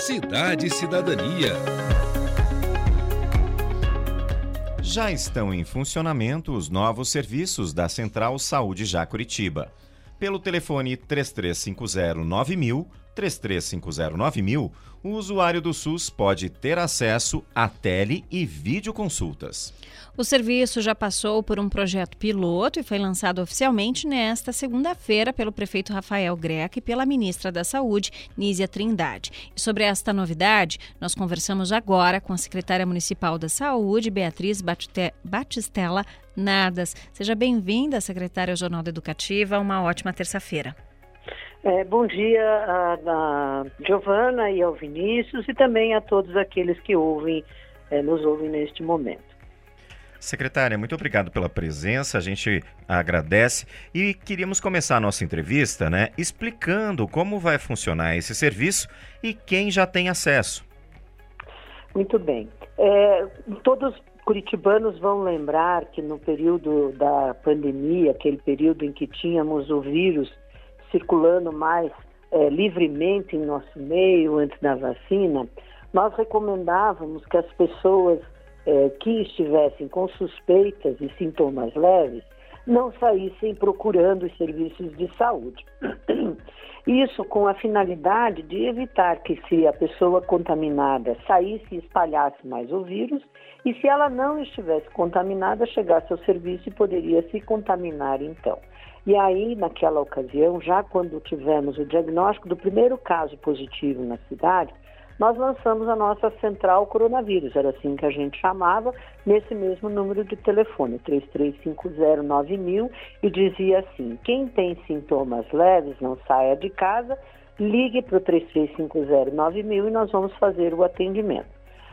Cidade e Cidadania. Já estão em funcionamento os novos serviços da Central Saúde Já Curitiba. Pelo telefone 3350-9000, 3350-9000, o usuário do SUS pode ter acesso a tele e videoconsultas. O serviço já passou por um projeto piloto e foi lançado oficialmente nesta segunda-feira pelo prefeito Rafael Greca e pela ministra da Saúde, Nízia Trindade. E sobre esta novidade, nós conversamos agora com a secretária municipal da Saúde, Beatriz Batistella Nardas. Seja bem-vinda, secretária ao Jornal da Educativa. Uma ótima terça-feira. Bom dia a Giovana e ao Vinícius e também a todos aqueles que nos ouvem neste momento. Secretária, muito obrigado pela presença, a gente agradece e queríamos começar a nossa entrevista, explicando como vai funcionar esse serviço e quem já tem acesso. Muito bem. Todos curitibanos vão lembrar que no período da pandemia, aquele período em que tínhamos o vírus circulando mais livremente em nosso meio antes da vacina, nós recomendávamos que as pessoas que estivessem com suspeitas e sintomas leves não saíssem procurando os serviços de saúde. Isso com a finalidade de evitar que, se a pessoa contaminada saísse e espalhasse mais o vírus, e se ela não estivesse contaminada, chegasse ao serviço e poderia se contaminar então. E aí, naquela ocasião, já quando tivemos o diagnóstico do primeiro caso positivo na cidade, nós lançamos a nossa central coronavírus, era assim que a gente chamava, nesse mesmo número de telefone, 3350-9000, e dizia assim: quem tem sintomas leves, não saia de casa, ligue para o 3350-9000 e nós vamos fazer o atendimento.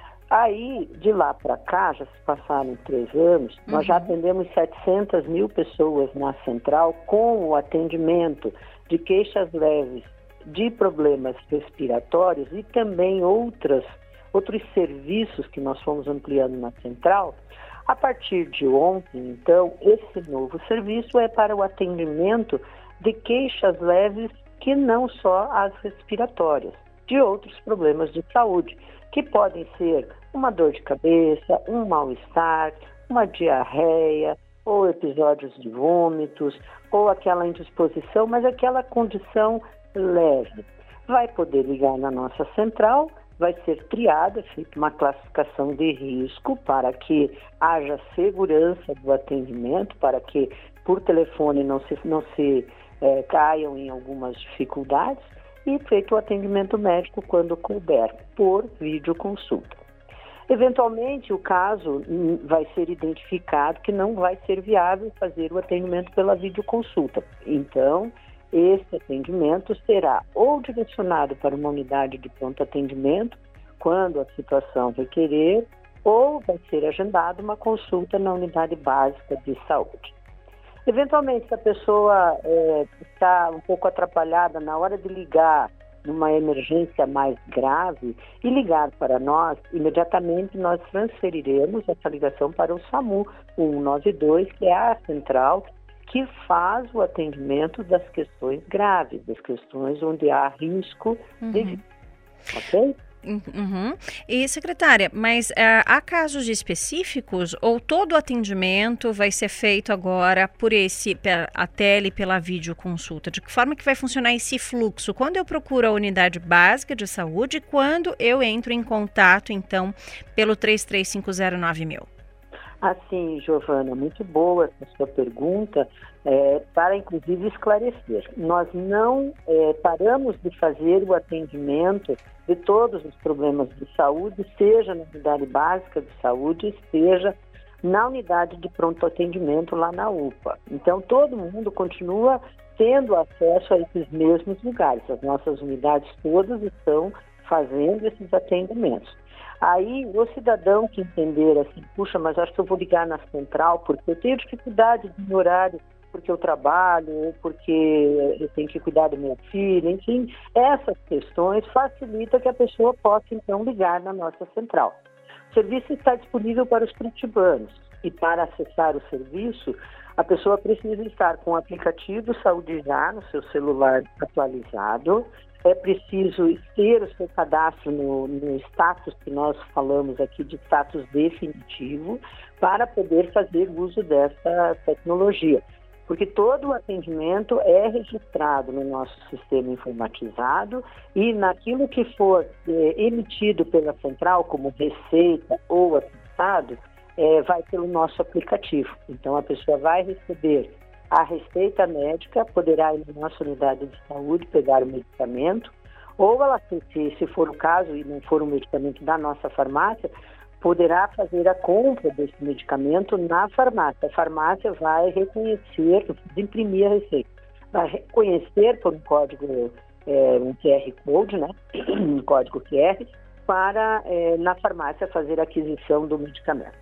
Aí, de lá para cá, já se passaram 3 anos, nós já atendemos 700 mil pessoas na central com o atendimento de queixas leves, de problemas respiratórios e também outros serviços que nós fomos ampliando na central. A partir de ontem, então, esse novo serviço é para o atendimento de queixas leves que não só as respiratórias, de outros problemas de saúde, que podem ser uma dor de cabeça, um mal-estar, uma diarreia, ou episódios de vômitos, ou aquela indisposição, mas aquela condição leve. Vai poder ligar na nossa central, vai ser triada, feita uma classificação de risco para que haja segurança do atendimento, para que por telefone não se caiam em algumas dificuldades, e feito o atendimento médico quando couber, por videoconsulta. Eventualmente, o caso vai ser identificado que não vai ser viável fazer o atendimento pela videoconsulta. Então, esse atendimento será ou direcionado para uma unidade de pronto atendimento, quando a situação requerer, ou vai ser agendada uma consulta na unidade básica de saúde. Eventualmente, se a pessoa está um pouco atrapalhada na hora de ligar numa emergência mais grave e ligar para nós, imediatamente nós transferiremos essa ligação para o SAMU 192, que é a central que faz o atendimento das questões graves, das questões onde há risco de vida. Ok? E, secretária, mas há casos específicos ou todo o atendimento vai ser feito agora por a tele e pela videoconsulta? De que forma que vai funcionar esse fluxo? Quando eu procuro a unidade básica de saúde e quando eu entro em contato, então, pelo 3350-9000? Assim, Giovana, muito boa essa sua pergunta, para inclusive esclarecer. Nós não paramos de fazer o atendimento de todos os problemas de saúde, seja na unidade básica de saúde, seja na unidade de pronto atendimento lá na UPA. Então, todo mundo continua tendo acesso a esses mesmos lugares. As nossas unidades todas estão fazendo esses atendimentos. Aí, o cidadão que entender assim, puxa, mas acho que eu vou ligar na central porque eu tenho dificuldade de ir no horário, porque eu trabalho, ou porque eu tenho que cuidar do meu filho, enfim, essas questões facilitam que a pessoa possa, então, ligar na nossa central. O serviço está disponível para os curitibanos e para acessar o serviço, a pessoa precisa estar com o aplicativo Saúde Já no seu celular atualizado, é preciso ter o seu cadastro no status que nós falamos aqui de status definitivo para poder fazer uso dessa tecnologia. Porque todo o atendimento é registrado no nosso sistema informatizado e naquilo que for emitido pela central, como receita ou atestado, vai pelo nosso aplicativo. Então, a pessoa vai receber a receita médica, poderá ir na nossa unidade de saúde pegar o medicamento, ou ela, se for o caso e não for um medicamento da nossa farmácia, poderá fazer a compra desse medicamento na farmácia. A farmácia vai reconhecer, imprimir a receita, vai reconhecer por um código, um QR Code, né? Um código QR, para na farmácia fazer a aquisição do medicamento.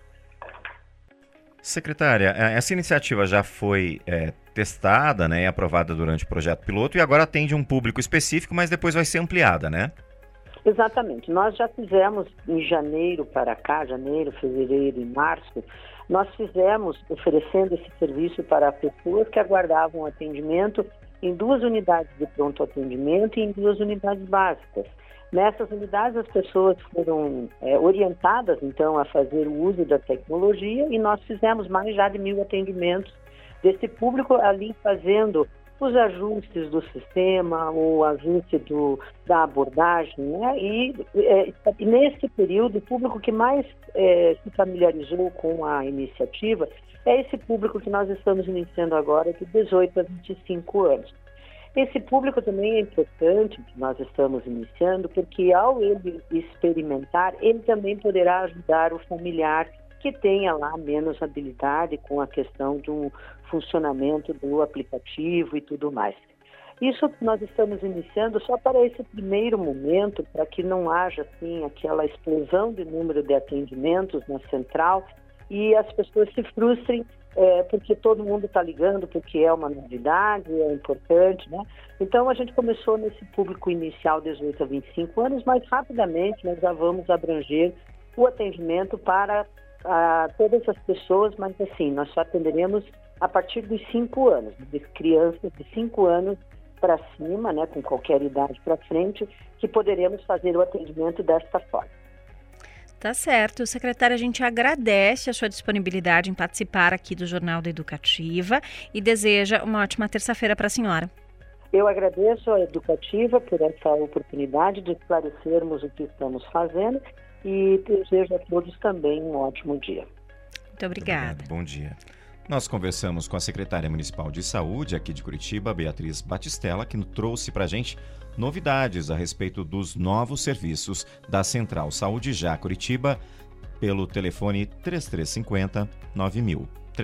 Secretária, essa iniciativa já foi testada, né, e aprovada durante o projeto piloto e agora atende um público específico, mas depois vai ser ampliada, né? Exatamente. Nós já fizemos em janeiro para cá, janeiro, fevereiro e março, nós fizemos oferecendo esse serviço para pessoas que aguardavam atendimento em 2 unidades de pronto atendimento e em 2 unidades básicas. Nessas unidades as pessoas foram orientadas então a fazer o uso da tecnologia e nós fizemos mais já de 1.000 atendimentos desse público ali fazendo os ajustes do sistema, o ajuste da abordagem, né? E nesse período o público que mais se familiarizou com a iniciativa é esse público que nós estamos iniciando agora de 18 a 25 anos. Esse público também é importante, que nós estamos iniciando, porque ao ele experimentar, ele também poderá ajudar o familiar que tenha lá menos habilidade com a questão do funcionamento do aplicativo e tudo mais. Isso nós estamos iniciando só para esse primeiro momento, para que não haja assim aquela explosão de número de atendimentos na central e as pessoas se frustrem porque todo mundo está ligando, porque é uma novidade, é importante, né? Então a gente começou nesse público inicial 18 a 25 anos, mas rapidamente nós já vamos abranger o atendimento para todas as pessoas, mas assim, nós só atenderemos a partir dos 5 anos, de crianças de 5 anos para cima, né, com qualquer idade para frente, que poderemos fazer o atendimento desta forma. Tá certo. Secretária, a gente agradece a sua disponibilidade em participar aqui do Jornal da Educativa e deseja uma ótima terça-feira para a senhora. Eu agradeço a Educativa por essa oportunidade de esclarecermos o que estamos fazendo e desejo a todos também um ótimo dia. Muito obrigada. Bom dia. Nós conversamos com a secretária municipal de saúde aqui de Curitiba, Beatriz Batistella, que trouxe para a gente novidades a respeito dos novos serviços da Central Saúde Já Curitiba pelo telefone 3350-9000.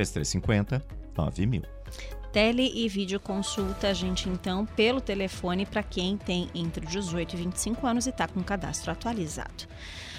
3350-9000. Tele e videoconsulta a gente então pelo telefone para quem tem entre 18 e 25 anos e está com o cadastro atualizado.